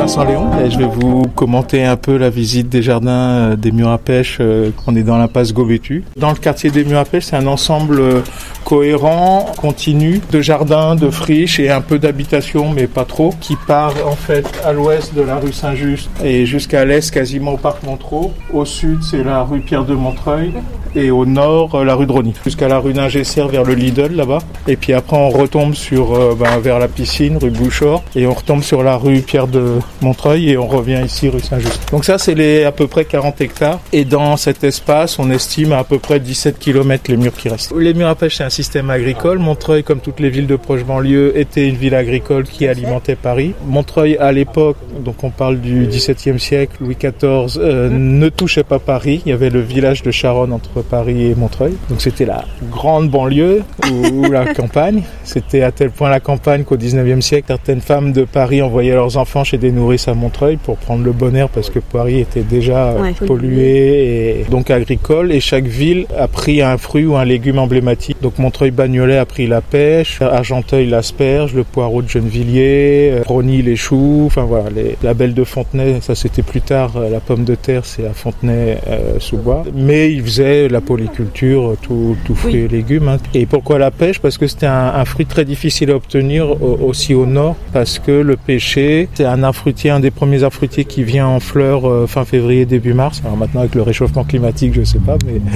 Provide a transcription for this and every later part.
Vincent Léon et je vais vous commenter un peu la visite des jardins des murs à pêche. On est dans l'impasse Gobettu. Dans le quartier des murs à pêche, c'est un ensemble cohérent, continu, de jardins, de friches et un peu d'habitation, mais pas trop, qui part en fait à l'ouest de la rue Saint-Just et jusqu'à l'est quasiment au parc Montreux. Au sud, c'est la rue Pierre de Montreuil et au nord, la rue de Rosny, jusqu'à la rue d'Ingesser vers le Lidl là-bas. Et puis après, on retombe sur vers la piscine, rue Bouchard, et on retombe sur la rue Pierre de Montreuil et on revient ici, rue Saint-Just. Donc ça, c'est à peu près 40 hectares. Et dans cet espace, on estime à peu près 17 km les murs qui restent. Les murs à pêche, c'est un système agricole. Montreuil, comme toutes les villes de proche banlieue, était une ville agricole qui alimentait Paris. Montreuil, à l'époque, donc on parle du XVIIe siècle, Louis XIV, ne touchait pas Paris. Il y avait le village de Charonne entre Paris et Montreuil. Donc c'était la grande banlieue ou la campagne. C'était à tel point la campagne qu'au XIXe siècle, certaines femmes de Paris envoyaient leurs enfants chez des nourrices à Montreuil pour prendre le bon air parce que Paris était déjà pollué et donc agricole. Et chaque ville a pris un fruit ou un légume emblématique. Donc Montreuil-Bagnolet a pris la pêche, Argenteuil l'asperge, le poireau de Gennevilliers, Rosny les choux, enfin voilà, la belle de Fontenay, ça c'était plus tard, la pomme de terre c'est à Fontenay-sous-Bois. Mais ils faisaient la polyculture, tout fruits et légumes. Hein. Et pourquoi la pêche ? Parce que c'était un fruit très difficile à obtenir aussi au nord, parce que le pêcher, c'est un des premiers arbres fruitiers qui vient en fleurs fin février, début mars. Alors maintenant avec le réchauffement climatique, je sais pas, mais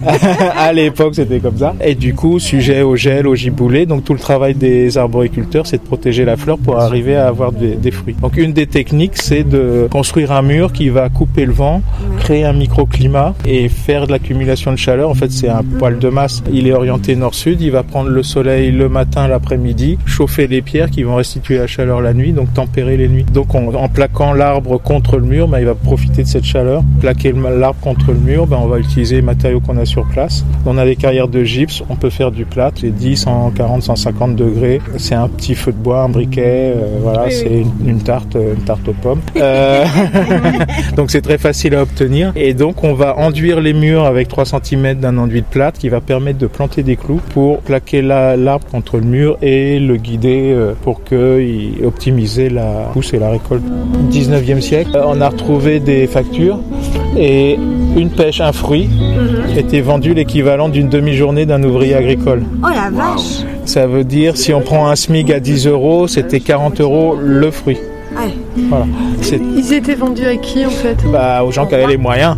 à l'époque c'était comme ça. Et du coup, sujet au gel, au giboulée, donc tout le travail des arboriculteurs, c'est de protéger la fleur pour arriver à avoir des fruits. Donc une des techniques, c'est de construire un mur qui va couper le vent, créer un microclimat et faire de l'accumulation de chaleur. En fait, c'est un poêle de masse. Il est orienté nord-sud, il va prendre le soleil le matin, l'après-midi, chauffer les pierres qui vont restituer la chaleur la nuit, donc tempérer les nuits. Donc en plaquant l'arbre contre le mur, il va profiter de cette chaleur. Plaquer l'arbre contre le mur, on va utiliser les matériaux qu'on a sur place. On a des carrières de gypse, on peut faire du plâtre, c'est 10, 140, 150 degrés. C'est un petit feu de bois, un briquet, c'est une tarte aux pommes. Donc c'est très facile à obtenir. Et donc on va enduire les murs avec 3 cm d'un enduit de plâtre qui va permettre de planter des clous pour plaquer l'arbre contre le mur et le guider pour optimiser la pousse et la récolte. Au 19e siècle, on a retrouvé des factures et une pêche, un fruit, était vendu l'équivalent d'une demi-journée d'un ouvrier agricole. Oh la vache! Ça veut dire, si on prend un SMIC à 10 €, c'était 40 € le fruit. Ouais. Voilà. Ils étaient vendus à qui en fait? Aux gens qui avaient les moyens.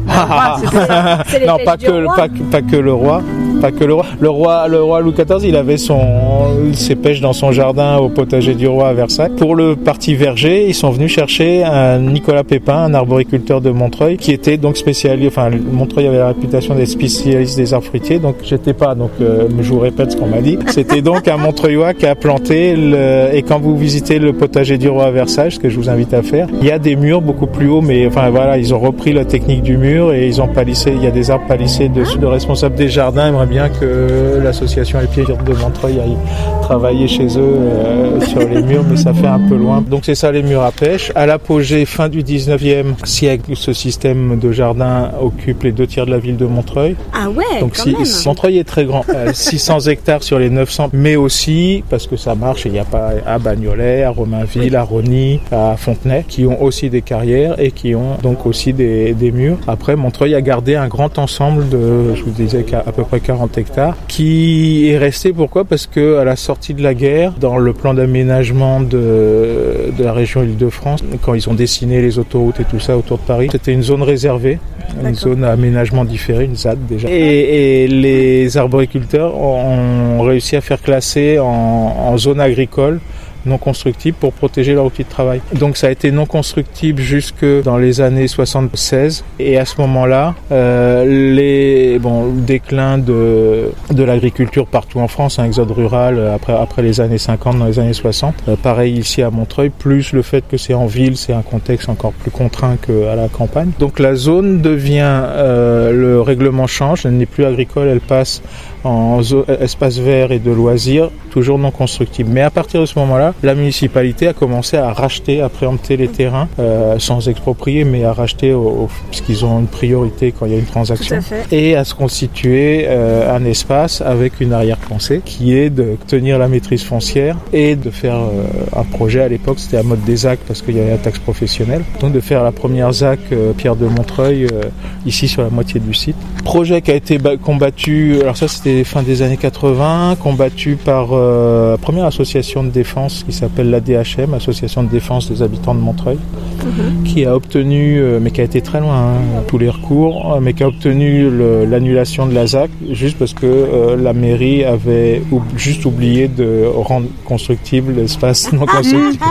Non, pas que le roi. Pas que le roi. Le roi Louis XIV, il avait ses pêches dans son jardin au potager du roi à Versailles. Pour le parti verger, ils sont venus chercher un Nicolas Pépin, un arboriculteur de Montreuil, qui était donc spécialisé. Enfin, Montreuil avait la réputation d'être spécialiste des arbres fruitiers, donc j'étais pas. Donc, je vous répète ce qu'on m'a dit. C'était donc un Montreuillois qui a planté et quand vous visitez le potager du roi à Versailles, ce que je vous invite à faire, il y a des murs beaucoup plus hauts, mais enfin voilà, ils ont repris la technique du mur et ils ont palissé. Il y a des arbres palissés dessus. Le responsable des jardins aimerait bien que l'association Épier de Montreuil aille travailler chez eux sur les murs, mais ça fait un peu loin. Donc c'est ça les murs à pêche. À l'apogée fin du 19e siècle, ce système de jardin occupe les 2 tiers de la ville de Montreuil. Ah ouais, donc quand même. Montreuil est très grand, 600 hectares sur les 900, mais aussi parce que ça marche, il n'y a pas à Bagnolet, à Romainville, à Rosny, à Fontenay, qui ont aussi des carrières et qui ont donc aussi des murs. Après, Montreuil a gardé un grand ensemble de, je vous disais, à peu près 40 hectares, qui est resté. Pourquoi ? Parce que à la sortie de la guerre, dans le plan d'aménagement de la région Île-de-France, quand ils ont dessiné les autoroutes et tout ça autour de Paris, c'était une zone réservée, une zone à aménagement différé, une ZAD déjà. Et les arboriculteurs ont réussi à faire classer en zone agricole non constructibles pour protéger leur outil de travail. Donc ça a été non constructible jusque dans les années 76 et à ce moment-là, le déclin de l'agriculture partout en France, un exode rural après les années 50, dans les années 60, pareil ici à Montreuil, plus le fait que c'est en ville, c'est un contexte encore plus contraint qu'à la campagne. Donc la zone devient, le règlement change, elle n'est plus agricole, elle passe espace vert et de loisirs, toujours non constructibles. Mais à partir de ce moment-là, la municipalité a commencé à racheter, à préempter les terrains, sans exproprier, mais à racheter parce qu'ils ont une priorité quand il y a une transaction, et à se constituer un espace avec une arrière-pensée qui est de tenir la maîtrise foncière et de faire un projet. À l'époque, c'était à mode des ZAC parce qu'il y avait la taxe professionnelle. Donc de faire la première ZAC Pierre de Montreuil ici sur la moitié du site. Projet qui a été combattu, alors ça c'était fin des années 80, combattu par la première association de défense qui s'appelle l'ADHM, Association de défense des habitants de Montreuil, qui a obtenu, mais qui a été très loin, tous les recours, mais qui a obtenu l'annulation de la ZAC juste parce que la mairie avait juste oublié de rendre constructible l'espace non constructible.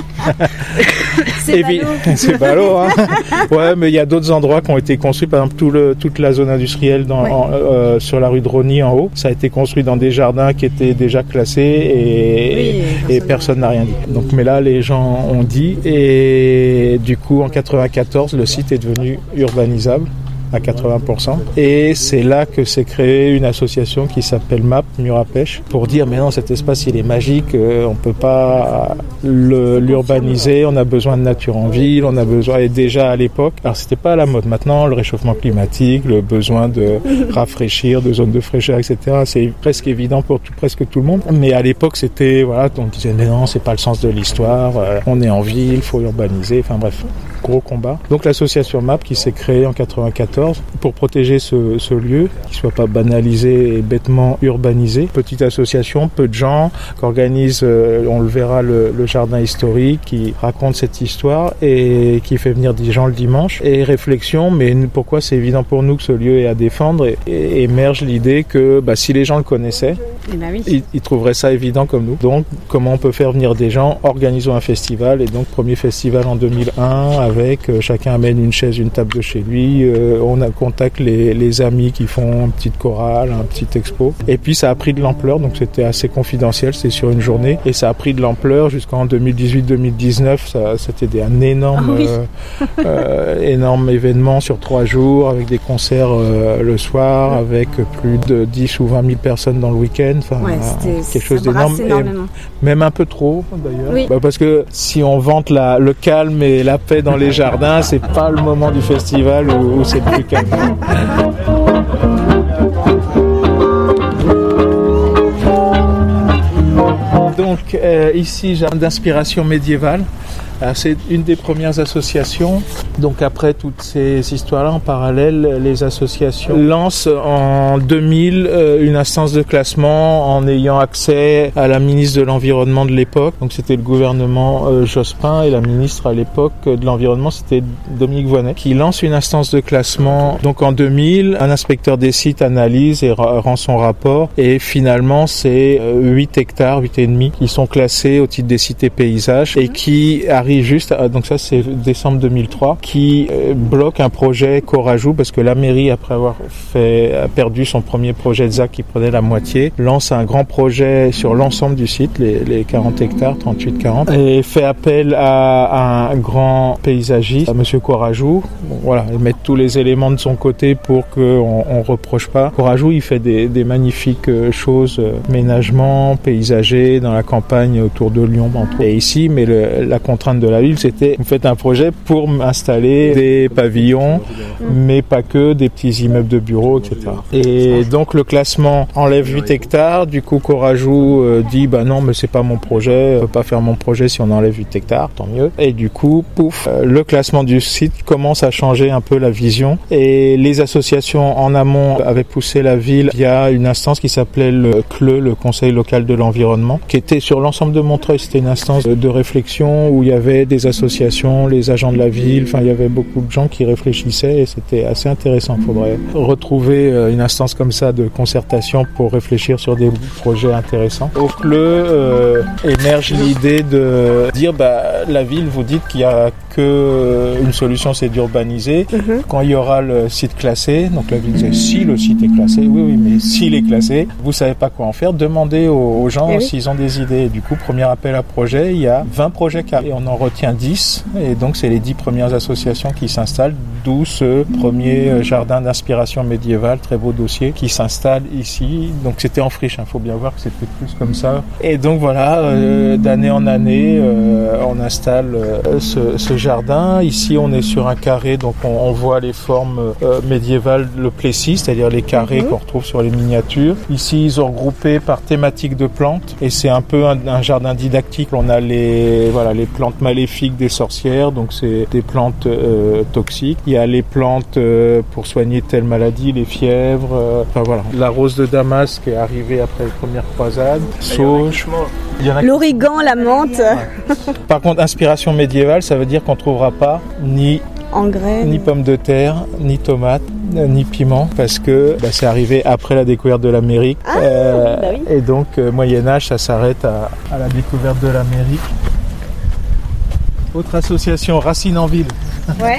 C'est ballot, hein. Ouais, mais il y a d'autres endroits qui ont été construits, par exemple toute la zone industrielle sur la rue de Rony en haut, ça a été construit dans des jardins qui étaient déjà classés et personne n'a rien dit. Donc, mais là, les gens ont dit, et du coup, en 94, le site est devenu urbanisable à 80%. Et c'est là que s'est créée une association qui s'appelle MAP, Mur à Pêche, pour dire mais non, cet espace il est magique, on peut pas l'urbaniser, on a besoin de nature en ville, on a besoin, et déjà à l'époque, alors c'était pas à la mode, maintenant le réchauffement climatique, le besoin de rafraîchir, de zones de fraîcheur, etc., c'est presque évident pour presque tout le monde, mais à l'époque c'était, voilà, on disait mais non, c'est pas le sens de l'histoire, on est en ville, faut urbaniser, enfin bref, gros combat. Donc l'association MAP qui s'est créée en 94 pour protéger ce lieu, qui soit pas banalisé et bêtement urbanisé. Petite association, peu de gens, qui organise, on le verra, le jardin historique, qui raconte cette histoire et qui fait venir des gens le dimanche. Et réflexion, mais pourquoi c'est évident pour nous que ce lieu est à défendre, et émerge l'idée que si les gens le connaissaient, ils trouveraient ça évident comme nous. Donc comment on peut faire venir des gens, organisons un festival, et donc premier festival en 2001 avec chacun amène une chaise, une table de chez lui, on contacte les amis qui font une petite chorale, un petit expo. Et puis ça a pris de l'ampleur, donc c'était assez confidentiel, c'était sur une journée. Et ça a pris de l'ampleur jusqu'en 2018-2019. C'était un énorme événement sur 3 jours, avec des concerts le soir, avec plus de 10 ou 20 000 personnes dans le week-end. Enfin, quelque chose d'énorme. Même un peu trop, d'ailleurs. Oui. Parce que si on vante le calme et la paix dans les jardins, c'est pas le moment du festival où c'est plus calme. Donc ici, jardin d'inspiration médiévale. C'est une des premières associations. Donc après toutes ces histoires-là, en parallèle, les associations lancent en 2000 une instance de classement en ayant accès à la ministre de l'Environnement de l'époque. Donc c'était le gouvernement Jospin, et la ministre à l'époque de l'Environnement, c'était Dominique Voynet, qui lance une instance de classement. Donc en 2000, un inspecteur des sites analyse et rend son rapport, et finalement c'est 8 hectares, 8,5 qui sont classés au titre des sites et paysages, et qui arrivent juste, donc ça c'est décembre 2003, qui bloque un projet Corajou, parce que la mairie, après avoir perdu son premier projet de ZAC qui prenait la moitié, lance un grand projet sur l'ensemble du site, les 40 hectares, 38-40, et fait appel à un grand paysagiste, à monsieur Corajou. Bon, voilà, il met tous les éléments de son côté pour qu'on reproche pas. Corajou, il fait des magnifiques choses, ménagement, paysager, dans la campagne autour de Lyon, entre autres. Et ici, mais la contrainte de la ville, c'était vous faites un projet pour installer des pavillons, mais pas que, des petits immeubles de bureaux, etc. Et donc le classement enlève 8 hectares, du coup Corajou dit non, mais c'est pas mon projet, on peut pas faire mon projet si on enlève 8 hectares, tant mieux. Et du coup, le classement du site commence à changer un peu la vision, et les associations en amont avaient poussé la ville via une instance qui s'appelait le CLE, le Conseil local de l'environnement, qui était sur l'ensemble de Montreuil. C'était une instance de réflexion où il y avait des associations, les agents de la ville, enfin il y avait beaucoup de gens qui réfléchissaient, et c'était assez intéressant. Il faudrait retrouver une instance comme ça de concertation pour réfléchir sur des projets intéressants. Au CLE émerge l'idée de dire la ville, vous dites qu'il y a que une solution, c'est d'urbaniser. Quand il y aura le site classé, donc la ville disait si le site est classé, oui, mais s'il est classé, vous savez pas quoi en faire, demandez aux gens s'ils ont des idées. Et du coup, premier appel à projet, il y a 20 projets et on en retient 10. Et donc, c'est les 10 premières associations qui s'installent, d'où ce premier jardin d'inspiration médiévale, très beau dossier, qui s'installe ici. Donc, c'était en friche, faut bien voir que c'était plus comme ça. Et donc, voilà, d'année en année, on installe ce jardin. Ici, on est sur un carré, donc on voit les formes médiévales, le Plessis, c'est-à-dire les carrés qu'on retrouve sur les miniatures. Ici, ils ont regroupé par thématique de plantes, et c'est un peu un jardin didactique. On a les plantes maléfiques des sorcières, donc c'est des plantes toxiques. Il y a les plantes pour soigner telle maladie, les fièvres. La rose de Damas qui est arrivée après les premières croisades. Sauge. L'origan, la menthe. Ouais. Par contre, inspiration médiévale, ça veut dire qu'on ne trouvera pas ni engrais, ni pommes de terre, ni tomates, ni piments, parce que c'est arrivé après la découverte de l'Amérique. Oui. Et donc, Moyen-Âge, ça s'arrête à la découverte de l'Amérique. Autre association, Racine en Ville. Ouais.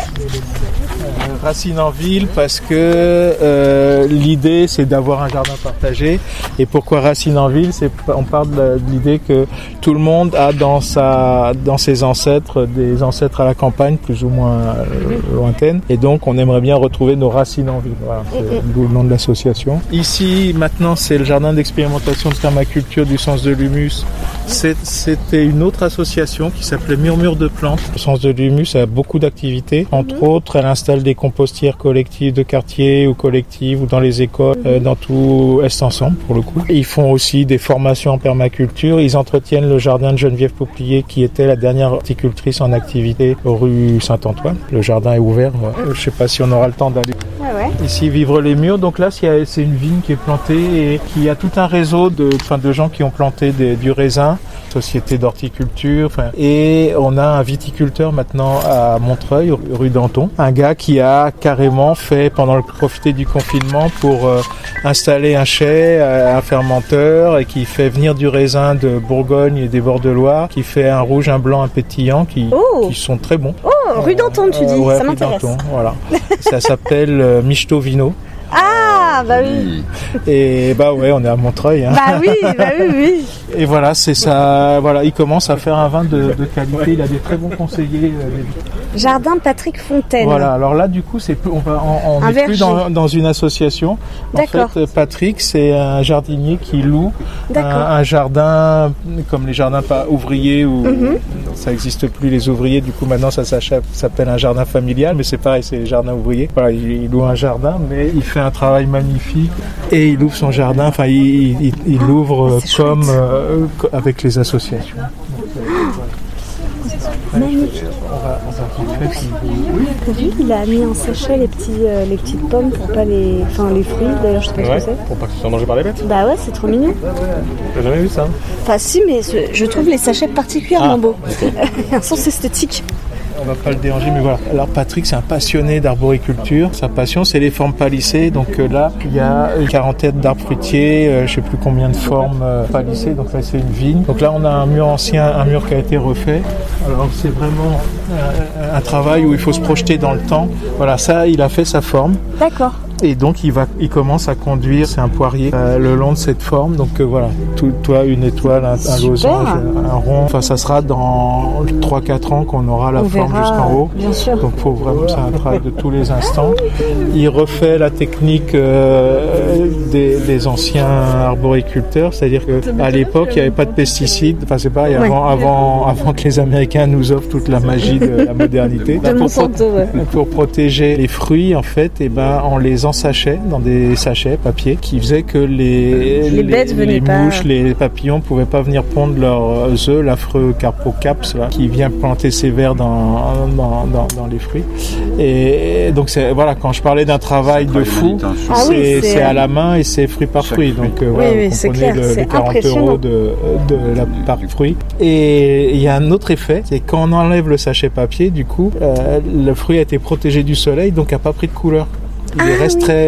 Racine en Ville parce que l'idée c'est d'avoir un jardin partagé. Et pourquoi Racine en Ville? On parle de l'idée que tout le monde a dans ses ancêtres des ancêtres à la campagne plus ou moins lointaines, et donc on aimerait bien retrouver nos racines en ville. Voilà, c'est d'où le nom de l'association. Ici maintenant c'est le jardin d'expérimentation de permaculture du Sens de l'Humus. C'était une autre association qui s'appelait Murmure de plantes. Le Sens de l'Humus a beaucoup d'activités. Entre autres, elle installe des compostières collectives de quartier ou collectives ou dans les écoles, dans tout Est Ensemble pour le coup. Et ils font aussi des formations en permaculture. Ils entretiennent le jardin de Geneviève Pouplier qui était la dernière horticultrice en activité rue Saint-Antoine. Le jardin est ouvert. Je ne sais pas si on aura le temps d'aller. Ici, Vivre les Murs. Donc là, c'est une vigne qui est plantée et qui a tout un réseau de gens qui ont planté du raisin, société d'horticulture. Et on a un viticulteur maintenant à Montreuil, rue Danton. Un gars qui a carrément profité du confinement pour installer un chai, un fermenteur, et qui fait venir du raisin de Bourgogne et des bords de Loire, qui fait un rouge, un blanc, un pétillant, qui sont très bons. Oh, rue Danton, tu dis, ça m'intéresse. Danton, voilà. Ça s'appelle Michto Vino. Ah, bah oui. Et on est à Montreuil. Hein. Bah oui. Et voilà, c'est ça. Voilà, il commence à faire un vin de qualité. Il a des très bons conseillers. Jardin Patrick Fontaine. Voilà. Alors là, du coup, on n'est plus dans une association. D'accord. En fait, Patrick, c'est un jardinier qui loue un jardin comme les jardins ouvriers où ça n'existe plus les ouvriers. Du coup, maintenant, ça s'appelle un jardin familial, mais c'est pareil, c'est les jardins ouvriers. Voilà, il loue un jardin, mais il fait un travail magnifique et il ouvre son jardin. Enfin, il l'ouvre comme avec les associations. Magnifique. Il a mis en sachet les petites pommes pour pas les fruits. D'ailleurs, je sais pas ce que c'est. Pour pas que ce soit mangé par les bêtes. Bah ouais, c'est trop mignon. J'ai jamais vu ça. Enfin si, mais je trouve les sachets particulièrement beaux. Un sens esthétique. On va pas le déranger, mais voilà. Alors Patrick, c'est un passionné d'arboriculture. Sa passion, c'est les formes palissées. Donc là, il y a une quarantaine d'arbres fruitiers, je sais plus combien de formes palissées. Donc là, c'est une vigne. Donc là, on a un mur ancien, un mur qui a été refait. Alors c'est vraiment un travail où il faut se projeter dans le temps. Voilà, ça, il a fait sa forme. D'accord. Et donc il commence à conduire, c'est un poirier, le long de cette forme. Donc voilà, toi une étoile, un losange, un rond. Enfin, ça sera dans 3-4 ans qu'on aura la forme jusqu'en haut. Bien sûr. Donc c'est un travail de tous les instants. Il refait la technique des anciens arboriculteurs, c'est-à-dire qu'à l'époque il n'y avait pas de pesticides. Enfin c'est pareil, avant que les Américains nous offrent toute la magie de la modernité. Pour protéger les fruits, en fait, on les ensachait dans des sachets papier qui faisaient que les mouches, les papillons pouvaient pas venir pondre leurs œufs, l'affreux Carpocaps là, qui vient planter ses vers dans les fruits. Et donc quand je parlais d'un travail de fou, c'est à la main et c'est fruit par fruit. Donc c'est clair, les 40 € par fruit. Et il y a un autre effet, c'est quand on enlève le sachet papier, du coup, le fruit a été protégé du soleil, donc a pas pris de couleur. Il reste très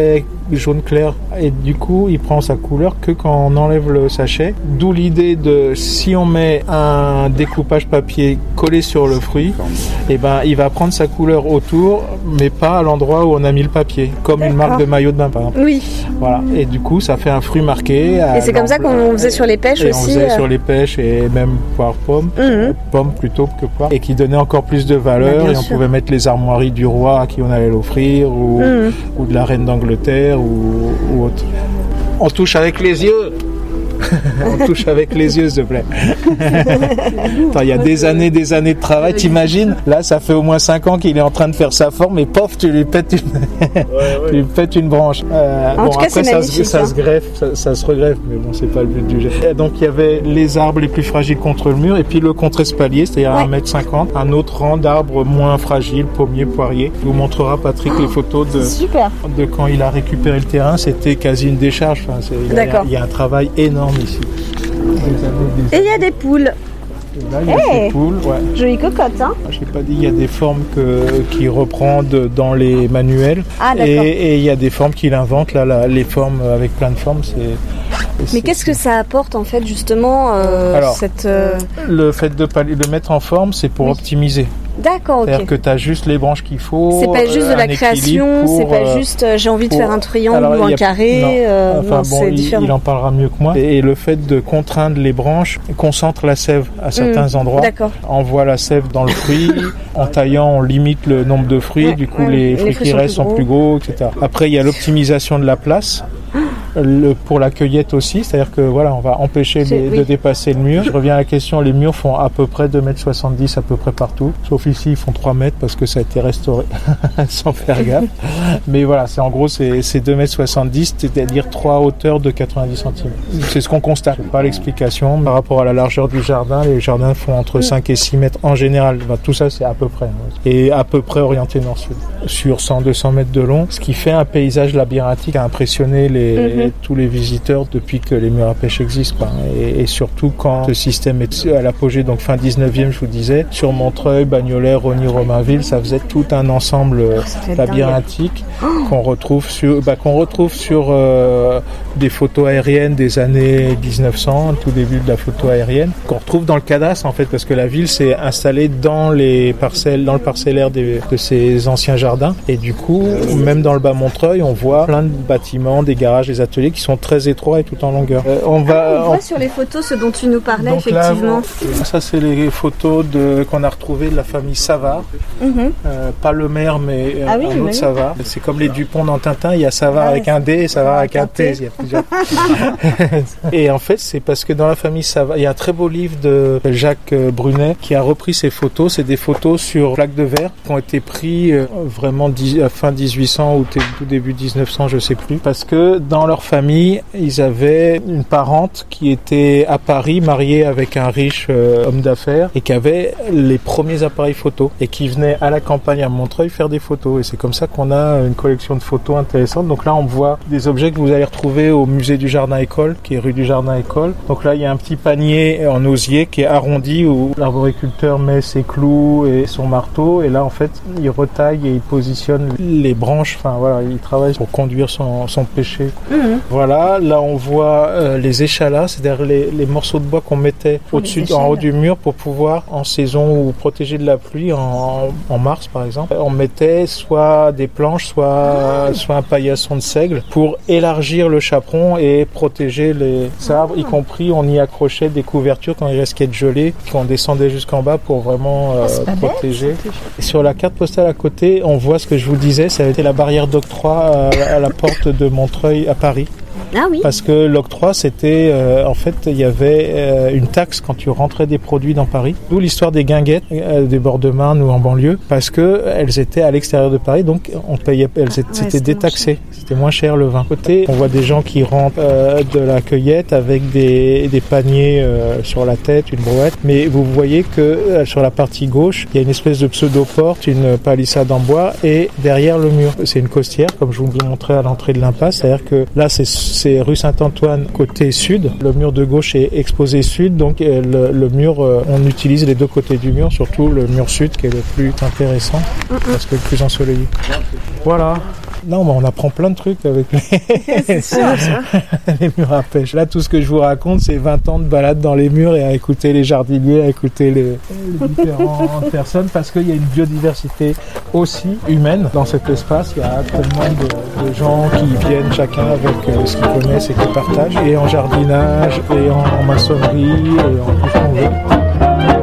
jaune clair. Et du coup, il prend sa couleur que quand on enlève le sachet. D'où l'idée de, si on met un découpage papier collé sur le fruit, et ben, il va prendre sa couleur autour, mais pas à l'endroit où on a mis le papier. Comme une marque de maillot de bain, par exemple. Oui. Voilà. Et du coup, ça fait un fruit marqué. Et c'est comme ça qu'on faisait sur les pêches et aussi. On faisait sur les pêches et même poire-pomme. Pomme plutôt que poire. Et qui donnait encore plus de valeur. Et on pouvait mettre les armoiries du roi à qui on allait l'offrir ou de la reine d'Angleterre ou autre. On touche avec les yeux. On touche avec les yeux, s'il te plaît. Attends, il y a des années de travail, t'imagines? Là, ça fait au moins 5 ans qu'il est en train de faire sa forme et pof, tu lui pètes tu lui pètes une branche. En tout cas, après, ça se greffe, ça se regreffe, mais bon, c'est pas le but du jet. Donc, il y avait les arbres les plus fragiles contre le mur et puis le contre-espalier, c'est-à-dire 1,50 m, un autre rang d'arbres moins fragiles, pommiers, poiriers. Il vous montrera, Patrick, les photos de quand il a récupéré le terrain. C'était quasi une décharge. Enfin, il y a un travail énorme ici. Et il y a des poules. Là, il y a des poules, Jolie cocotte, hein. Je n'ai pas dit, il y a des formes qu'il reprend dans les manuels. Et il y a des formes qu'il invente. Là, les formes avec plein de formes, Mais qu'est-ce que ça apporte en fait justement le fait de le mettre en forme, c'est pour optimiser. D'accord, ok. C'est-à-dire que tu as juste les branches qu'il faut. C'est pas juste de la création, c'est pas juste j'ai envie de faire un triangle ou un carré. C'est différent. Il en parlera mieux que moi. Et le fait de contraindre les branches concentre la sève à certains endroits. D'accord. Envoie la sève dans le fruit. En taillant, on limite le nombre de fruits. Du coup, les fruits qui restent sont plus gros, etc. Après, il y a l'optimisation de la place. Pour la cueillette aussi, c'est-à-dire que voilà, on va empêcher de dépasser le mur. Je reviens à la question, les murs font à peu près 2,70 m à peu près partout, sauf ici ils font 3 mètres parce que ça a été restauré sans faire gaffe. Mais voilà, c'est 2,70 m, c'est-à-dire 3 hauteurs de 90 cm. C'est ce qu'on constate, pas l'explication. Par rapport à la largeur du jardin, les jardins font entre 5 et 6 mètres en général. Enfin, tout ça c'est à peu près. Et à peu près orienté nord-sud. Sur 100-200 mètres de long, ce qui fait un paysage labyrinthique à impressionner tous les visiteurs depuis que les murs à pêche existent, quoi. Et surtout quand ce système est à l'apogée, donc fin 19e, je vous disais, sur Montreuil, Bagnolet, Rosny, Romainville, ça faisait tout un ensemble labyrinthique qu'on retrouve sur des photos aériennes des années 1900, tout début de la photo aérienne, qu'on retrouve dans le cadastre en fait, parce que la ville s'est installée dans le parcellaire de ces anciens jardins, et du coup, même dans le bas Montreuil, on voit plein de bâtiments, des garages, des ateliers qui sont très étroits et tout en longueur. On voit sur les photos ce dont tu nous parlais. Donc effectivement. Là, ça c'est les photos qu'on a retrouvées de la famille Savard. Pas le maire, mais un autre Savard. C'est comme les Dupont dans Tintin, il y a Savard avec un D et Savard avec un T. Il y a plusieurs. Et en fait, c'est parce que dans la famille Savard, il y a un très beau livre de Jacques Brunet qui a repris ces photos. C'est des photos sur plaques de verre qui ont été prises vraiment fin 1800 ou tout début 1900, je sais plus. Parce que dans leur famille, ils avaient une parente qui était à Paris, mariée avec un riche homme d'affaires et qui avait les premiers appareils photo et qui venait à la campagne à Montreuil faire des photos. Et c'est comme ça qu'on a une collection de photos intéressantes. Donc là, on voit des objets que vous allez retrouver au musée du Jardin École, qui est rue du Jardin École. Donc là, il y a un petit panier en osier qui est arrondi où l'arboriculteur met ses clous et son marteau. Et là, en fait, il retaille et il positionne les branches. Enfin, voilà, il travaille pour conduire son pêcher. Voilà, là on voit les échalas, c'est-à-dire les morceaux de bois qu'on mettait en haut du mur pour pouvoir, en saison ou protéger de la pluie, en mars par exemple, on mettait soit des planches, soit un paillasson de seigle pour élargir le chaperon et protéger les arbres, y compris on y accrochait des couvertures quand il risquait de geler, qu'on descendait jusqu'en bas pour vraiment protéger. Et sur la carte postale à côté, on voit ce que je vous disais, ça a été la barrière d'octroi à la porte de Montreuil à Paris. Ah oui. Parce que l'octroi, c'était en fait, il y avait une taxe quand tu rentrais des produits dans Paris. D'où l'histoire des guinguettes des bords de Marne ou en banlieue, parce que elles étaient à l'extérieur de Paris, donc on payait, c'était détaxé, c'était moins cher le vin. Côté, on voit des gens qui rentrent de la cueillette avec des paniers sur la tête, une brouette, mais vous voyez que sur la partie gauche, il y a une espèce de pseudo-porte, une palissade en bois, et derrière le mur, c'est une costière, comme je vous l'ai montré à l'entrée de l'impasse, c'est-à-dire que là, c'est rue Saint-Antoine côté sud. Le mur de gauche est exposé sud, donc le mur, on utilise les deux côtés du mur, surtout le mur sud qui est le plus intéressant parce que le plus ensoleillé. Voilà. Non, mais on apprend plein de trucs avec les murs à pêche. Là, tout ce que je vous raconte, c'est 20 ans de balade dans les murs et à écouter les jardiniers, à écouter les différentes personnes, parce qu'il y a une biodiversité aussi humaine dans cet espace. Il y a tellement de gens qui viennent chacun avec ce qu'ils connaissent et qui partagent, et en jardinage, et en maçonnerie, et en tout ce qu'on veut.